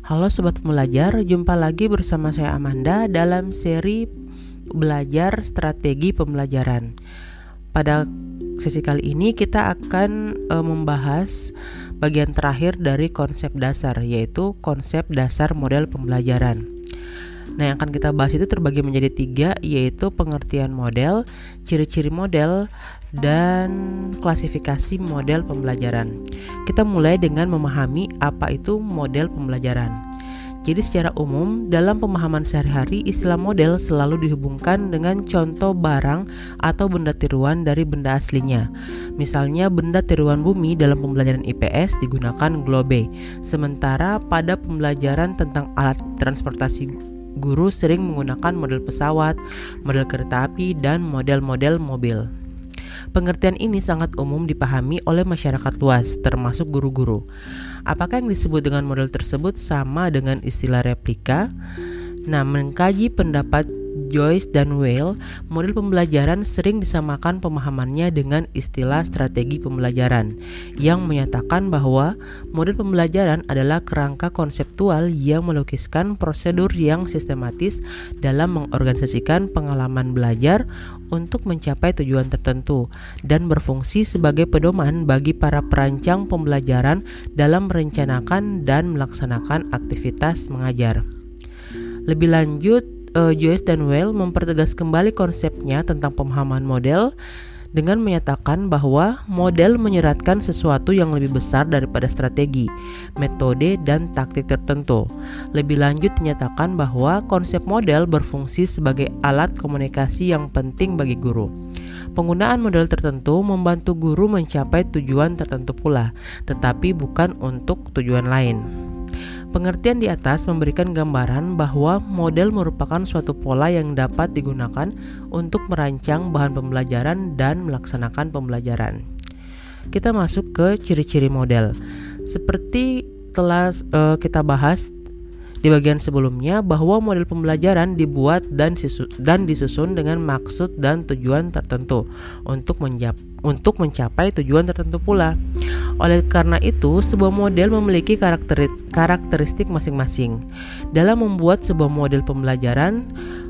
Halo Sobat Pembelajar, jumpa lagi bersama saya Amanda dalam seri belajar strategi pembelajaran. Pada sesi kali ini kita akan membahas bagian terakhir dari konsep dasar, yaitu konsep dasar model pembelajaran. Nah, yang akan kita bahas itu terbagi menjadi 3, yaitu pengertian model, ciri-ciri model, dan klasifikasi model pembelajaran. Kita mulai dengan memahami apa itu model pembelajaran. Jadi secara umum, dalam pemahaman sehari-hari, istilah model selalu dihubungkan dengan contoh barang atau benda tiruan dari benda aslinya. Misalnya, benda tiruan bumi dalam pembelajaran IPS digunakan globe, sementara pada pembelajaran tentang alat transportasi, guru sering menggunakan model pesawat, model kereta api, dan model-model mobil. Pengertian ini sangat umum dipahami oleh masyarakat luas, termasuk guru-guru. Apakah yang disebut dengan model tersebut sama dengan istilah replika? Nah, mengkaji pendapat Joyce dan Weil, model pembelajaran sering disamakan pemahamannya dengan istilah strategi pembelajaran, yang menyatakan bahwa model pembelajaran adalah kerangka konseptual yang melukiskan prosedur yang sistematis dalam mengorganisasikan pengalaman belajar untuk mencapai tujuan tertentu dan berfungsi sebagai pedoman bagi para perancang pembelajaran dalam merencanakan dan melaksanakan aktivitas mengajar. Lebih lanjut, Joyce dan Weil mempertegas kembali konsepnya tentang pemahaman model dengan menyatakan bahwa model menyeratkan sesuatu yang lebih besar daripada strategi, metode, dan taktik tertentu. Lebih lanjut dinyatakan bahwa konsep model berfungsi sebagai alat komunikasi yang penting bagi guru. Penggunaan model tertentu membantu guru mencapai tujuan tertentu pula, tetapi bukan untuk tujuan lain. Pengertian di atas memberikan gambaran bahwa model merupakan suatu pola yang dapat digunakan untuk merancang bahan pembelajaran dan melaksanakan pembelajaran. Kita masuk ke ciri-ciri model. Seperti telah kita bahas di bagian sebelumnya, bahwa model pembelajaran dibuat dan disusun dengan maksud dan tujuan tertentu untuk mencapai tujuan tertentu pula. Oleh karena itu, sebuah model memiliki karakteristik masing-masing. Dalam membuat sebuah model pembelajaran,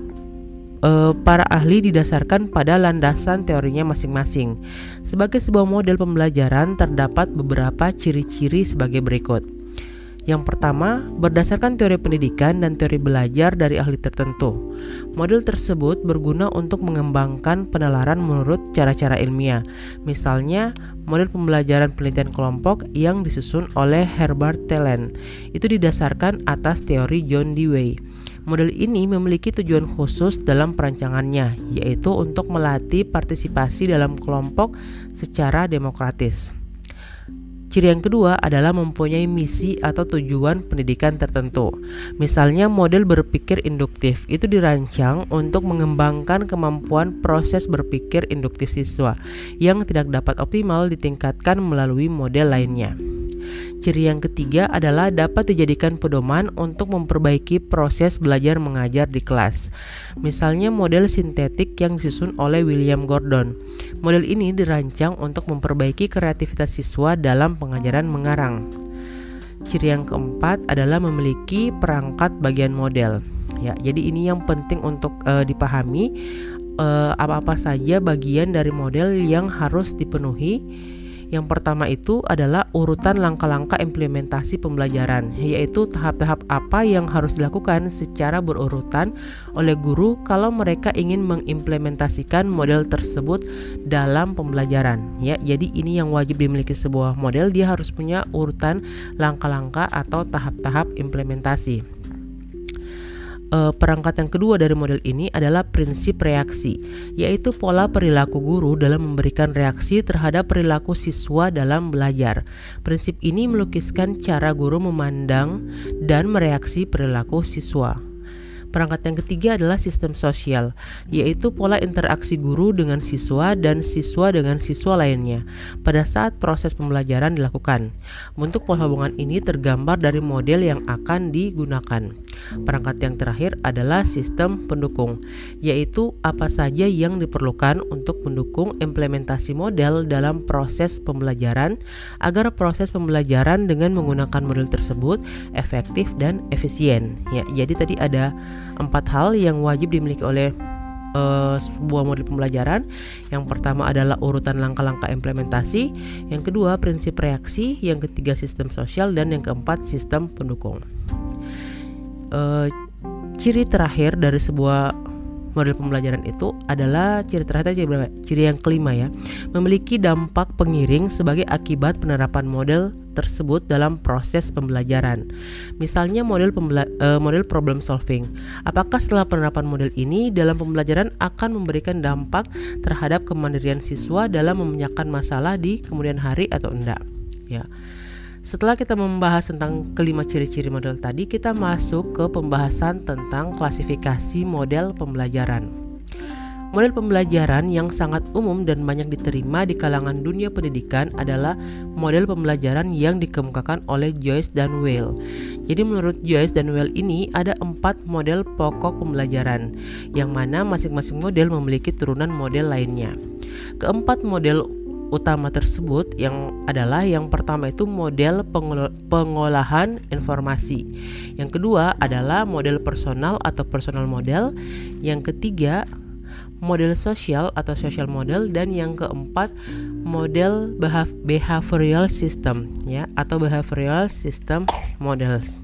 para ahli didasarkan pada landasan teorinya masing-masing. Sebagai sebuah model pembelajaran, terdapat beberapa ciri-ciri sebagai berikut. Yang pertama, berdasarkan teori pendidikan dan teori belajar dari ahli tertentu. Model tersebut berguna untuk mengembangkan penalaran menurut cara-cara ilmiah. Misalnya, model pembelajaran penelitian kelompok yang disusun oleh Herbert Telen itu didasarkan atas teori John Dewey. Model ini memiliki tujuan khusus dalam perancangannya, yaitu untuk melatih partisipasi dalam kelompok secara demokratis. Ciri yang kedua adalah mempunyai misi atau tujuan pendidikan tertentu. Misalnya, model berpikir induktif itu dirancang untuk mengembangkan kemampuan proses berpikir induktif siswa yang tidak dapat optimal ditingkatkan melalui model lainnya. Ciri yang ketiga adalah dapat dijadikan pedoman untuk memperbaiki proses belajar mengajar di kelas. Misalnya, model sintetik yang disusun oleh William Gordon. Model ini dirancang untuk memperbaiki kreativitas siswa dalam pengajaran mengarang. Ciri yang keempat adalah memiliki perangkat bagian model. Ya, jadi ini yang penting untuk dipahami, apa-apa saja bagian dari model yang harus dipenuhi. Yang pertama itu adalah urutan langkah-langkah implementasi pembelajaran, yaitu tahap-tahap apa yang harus dilakukan secara berurutan oleh guru kalau mereka ingin mengimplementasikan model tersebut dalam pembelajaran. Ya, jadi ini yang wajib dimiliki sebuah model, dia harus punya urutan langkah-langkah atau tahap-tahap implementasi. Perangkat yang kedua dari model ini adalah prinsip reaksi, yaitu pola perilaku guru dalam memberikan reaksi terhadap perilaku siswa dalam belajar. Prinsip ini melukiskan cara guru memandang dan mereaksi perilaku siswa. Perangkat yang ketiga adalah sistem sosial, yaitu pola interaksi guru dengan siswa dan siswa dengan siswa lainnya pada saat proses pembelajaran dilakukan. Bentuk pola hubungan ini tergambar dari model yang akan digunakan. Perangkat yang terakhir adalah sistem pendukung, yaitu apa saja yang diperlukan untuk mendukung implementasi model dalam proses pembelajaran agar proses pembelajaran dengan menggunakan model tersebut efektif dan efisien. Ya, jadi tadi ada 4 hal yang wajib dimiliki oleh sebuah model pembelajaran. Yang pertama adalah urutan langkah-langkah implementasi, yang kedua prinsip reaksi, yang ketiga sistem sosial, dan yang keempat sistem pendukung. Ciri terakhir dari sebuah model pembelajaran itu adalah ciri yang kelima ya, memiliki dampak pengiring sebagai akibat penerapan model tersebut dalam proses pembelajaran. Misalnya model problem solving. Apakah setelah penerapan model ini dalam pembelajaran akan memberikan dampak terhadap kemandirian siswa dalam memecahkan masalah di kemudian hari atau enggak? Ya. Setelah kita membahas tentang kelima ciri-ciri model tadi, kita masuk ke pembahasan tentang klasifikasi model pembelajaran. Model pembelajaran yang sangat umum dan banyak diterima di kalangan dunia pendidikan adalah model pembelajaran yang dikemukakan oleh Joyce dan Weil. Jadi menurut Joyce dan Weil ini ada 4 model pokok pembelajaran, yang mana masing-masing model memiliki turunan model lainnya. Keempat model utama tersebut yang pertama itu model pengolahan informasi. Yang kedua adalah model personal atau personal model. Yang ketiga model sosial atau social model, dan yang keempat model behavioral system ya, atau behavioral system models.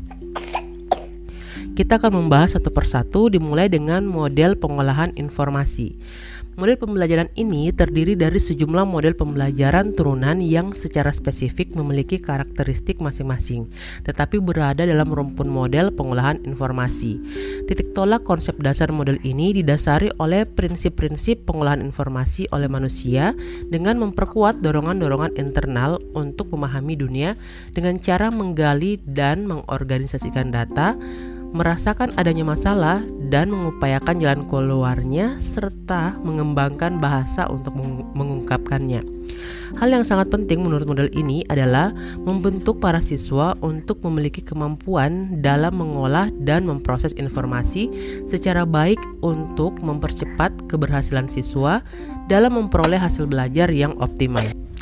Kita akan membahas satu persatu, dimulai dengan model pengolahan informasi. Model pembelajaran ini terdiri dari sejumlah model pembelajaran turunan yang secara spesifik memiliki karakteristik masing-masing, tetapi berada dalam rumpun model pengolahan informasi. Titik tolak konsep dasar model ini didasari oleh prinsip-prinsip pengolahan informasi oleh manusia dengan memperkuat dorongan-dorongan internal untuk memahami dunia dengan cara menggali dan mengorganisasikan data, merasakan adanya masalah dan mengupayakan jalan keluarnya, serta mengembangkan bahasa untuk mengungkapkannya. Hal yang sangat penting menurut model ini adalah membentuk para siswa untuk memiliki kemampuan dalam mengolah dan memproses informasi secara baik untuk mempercepat keberhasilan siswa dalam memperoleh hasil belajar yang optimal.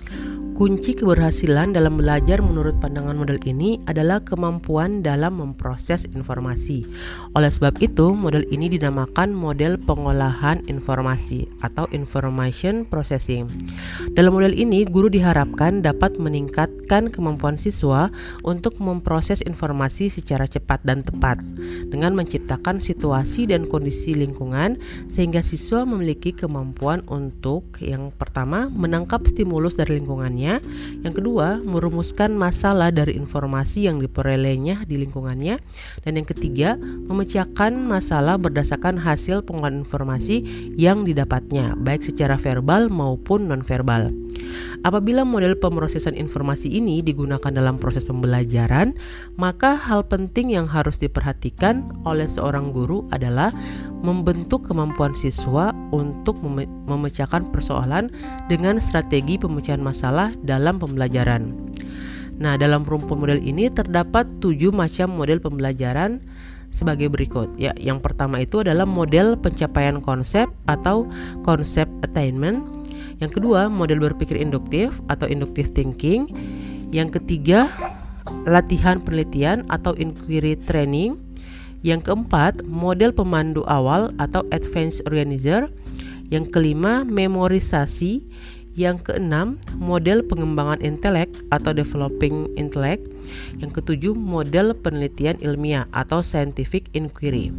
Kunci keberhasilan dalam belajar menurut pandangan model ini adalah kemampuan dalam memproses informasi. Oleh sebab itu, model ini dinamakan model pengolahan informasi atau information processing. Dalam model ini, guru diharapkan dapat meningkatkan kemampuan siswa untuk memproses informasi secara cepat dan tepat dengan menciptakan situasi dan kondisi lingkungan sehingga siswa memiliki kemampuan untuk yang pertama menangkap stimulus dari lingkungannya, yang kedua merumuskan masalah dari informasi yang diperolehnya di lingkungannya, dan yang ketiga memecahkan masalah berdasarkan hasil pengolahan informasi yang didapatnya baik secara verbal maupun nonverbal. Apabila model pemrosesan informasi ini digunakan dalam proses pembelajaran, maka hal penting yang harus diperhatikan oleh seorang guru adalah membentuk kemampuan siswa untuk memecahkan persoalan dengan strategi pemecahan masalah dalam pembelajaran. Nah, dalam rumpun model ini terdapat 7 macam model pembelajaran sebagai berikut. Ya, yang pertama itu adalah model pencapaian konsep atau concept attainment. Yang kedua, model berpikir induktif atau inductive thinking. Yang ketiga, latihan penelitian atau inquiry training. Yang keempat, model pemandu awal atau advanced organizer. Yang kelima, memorisasi. Yang keenam, model pengembangan intelek atau developing intellect. Yang ketujuh, model penelitian ilmiah atau scientific inquiry.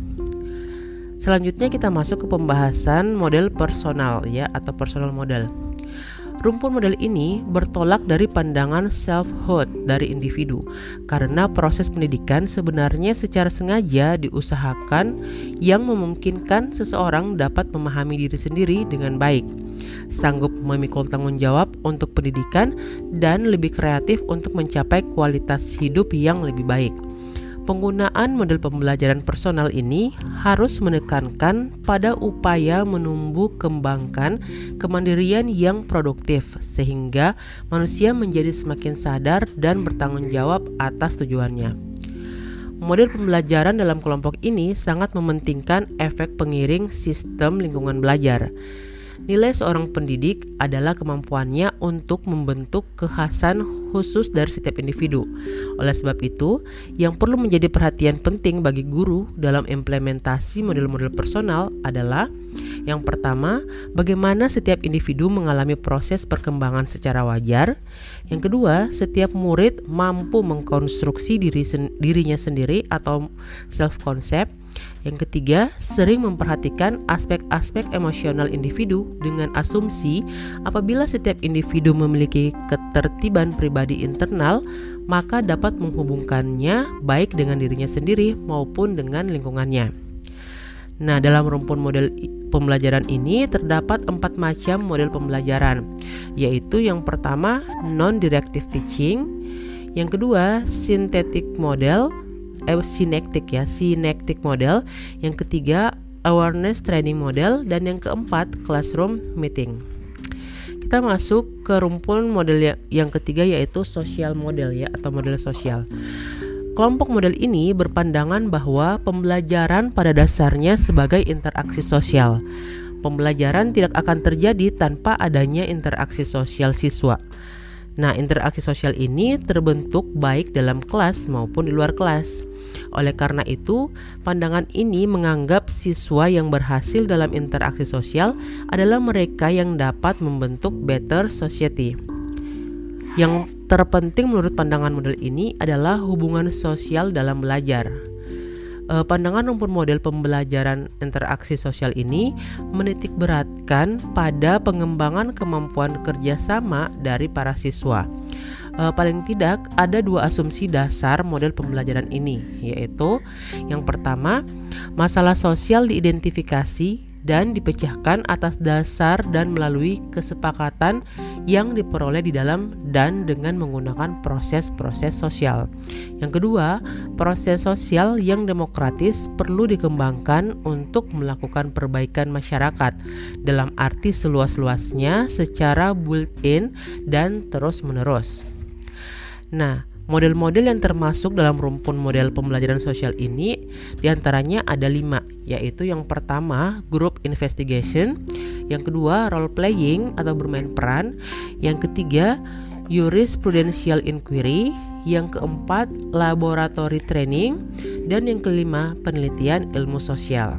Selanjutnya kita masuk ke pembahasan model personal ya, atau personal model. Rumpun model ini bertolak dari pandangan selfhood dari individu, karena proses pendidikan sebenarnya secara sengaja diusahakan yang memungkinkan seseorang dapat memahami diri sendiri dengan baik, sanggup memikul tanggung jawab untuk pendidikan, dan lebih kreatif untuk mencapai kualitas hidup yang lebih baik. Penggunaan model pembelajaran personal ini harus menekankan pada upaya menumbuh kembangkan kemandirian yang produktif sehingga manusia menjadi semakin sadar dan bertanggung jawab atas tujuannya. Model pembelajaran dalam kelompok ini sangat mementingkan efek pengiring sistem lingkungan belajar. Nilai seorang pendidik adalah kemampuannya untuk membentuk kekhasan khusus dari setiap individu. Oleh sebab itu, yang perlu menjadi perhatian penting bagi guru dalam implementasi model-model personal adalah yang pertama, bagaimana setiap individu mengalami proses perkembangan secara wajar. Yang kedua, setiap murid mampu mengkonstruksi dirinya sendiri atau self-concept. Yang ketiga, sering memperhatikan aspek-aspek emosional individu dengan asumsi apabila setiap individu memiliki ketertiban pribadi internal, maka dapat menghubungkannya baik dengan dirinya sendiri maupun dengan lingkungannya. Nah, dalam rumpun model pembelajaran ini terdapat 4 macam model pembelajaran, yaitu yang pertama non-directive teaching, yang kedua synthetic model, synectic model, yang ketiga awareness training model, dan yang keempat classroom meeting. Kita masuk ke rumpun model yang ketiga, yaitu social model atau model sosial. Kelompok model ini berpandangan bahwa pembelajaran pada dasarnya sebagai interaksi sosial. Pembelajaran tidak akan terjadi tanpa adanya interaksi sosial siswa. Nah, interaksi sosial ini terbentuk baik dalam kelas maupun di luar kelas. Oleh karena itu, pandangan ini menganggap siswa yang berhasil dalam interaksi sosial adalah mereka yang dapat membentuk better society. Yang terpenting menurut pandangan model ini adalah hubungan sosial dalam belajar. Pandangan rumpun model pembelajaran interaksi sosial ini menitik beratkan pada pengembangan kemampuan kerjasama dari para siswa. Paling tidak ada 2 asumsi dasar model pembelajaran ini, yaitu yang pertama, masalah sosial diidentifikasi dan dipecahkan atas dasar dan melalui kesepakatan yang diperoleh di dalam dan dengan menggunakan proses-proses sosial. Yang kedua, proses sosial yang demokratis perlu dikembangkan untuk melakukan perbaikan masyarakat dalam arti seluas-luasnya secara built-in dan terus-menerus. Nah, model-model yang termasuk dalam rumpun model pembelajaran sosial ini diantaranya ada 5, yaitu yang pertama group investigation, yang kedua role playing atau bermain peran, yang ketiga jurisprudential inquiry, yang keempat laboratory training, dan yang kelima penelitian ilmu sosial.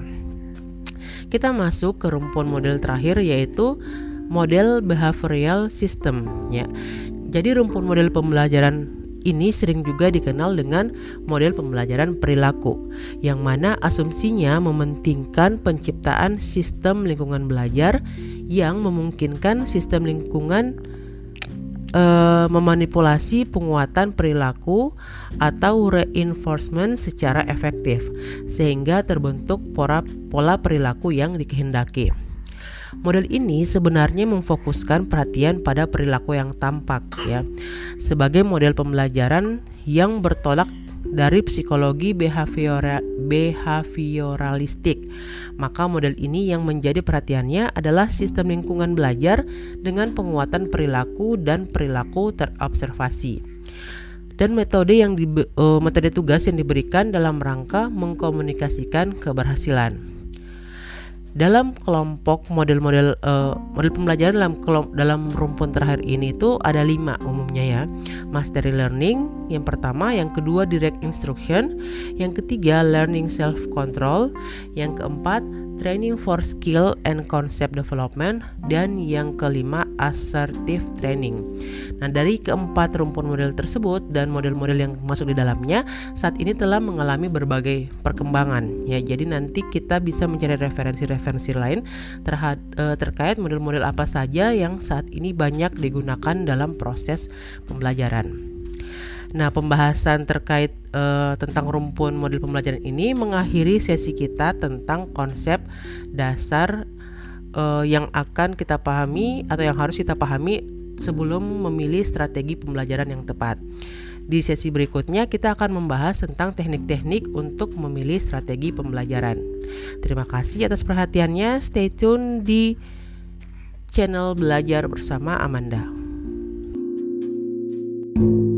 Kita masuk ke rumpun model terakhir, yaitu model behavioral system ya. Jadi rumpun model pembelajaran ini sering juga dikenal dengan model pembelajaran perilaku, yang mana asumsinya mementingkan penciptaan sistem lingkungan belajar yang memungkinkan sistem lingkungan memanipulasi penguatan perilaku atau reinforcement secara efektif, sehingga terbentuk pola perilaku yang dikehendaki. Model ini sebenarnya memfokuskan perhatian pada perilaku yang tampak ya. Sebagai model pembelajaran yang bertolak dari psikologi behavioralistik, maka model ini yang menjadi perhatiannya adalah sistem lingkungan belajar dengan penguatan perilaku dan perilaku terobservasi, dan metode tugas yang diberikan dalam rangka mengkomunikasikan keberhasilan. Dalam kelompok model pembelajaran dalam rumpun terakhir ini itu ada 5 umumnya ya. Mastery learning yang pertama, yang kedua direct instruction, yang ketiga learning self control, yang keempat training for skill and concept development, dan yang kelima assertive training. Nah, dari keempat rumpun model tersebut dan model-model yang masuk di dalamnya saat ini telah mengalami berbagai perkembangan ya. Jadi nanti kita bisa mencari referensi lain terkait model-model apa saja yang saat ini banyak digunakan dalam proses pembelajaran. Nah, pembahasan terkait tentang rumpun model pembelajaran ini mengakhiri sesi kita tentang konsep dasar yang akan kita pahami atau yang harus kita pahami sebelum memilih strategi pembelajaran yang tepat. Di sesi berikutnya kita akan membahas tentang teknik-teknik untuk memilih strategi pembelajaran. Terima kasih atas perhatiannya. Stay tune di channel Belajar Bersama Amanda.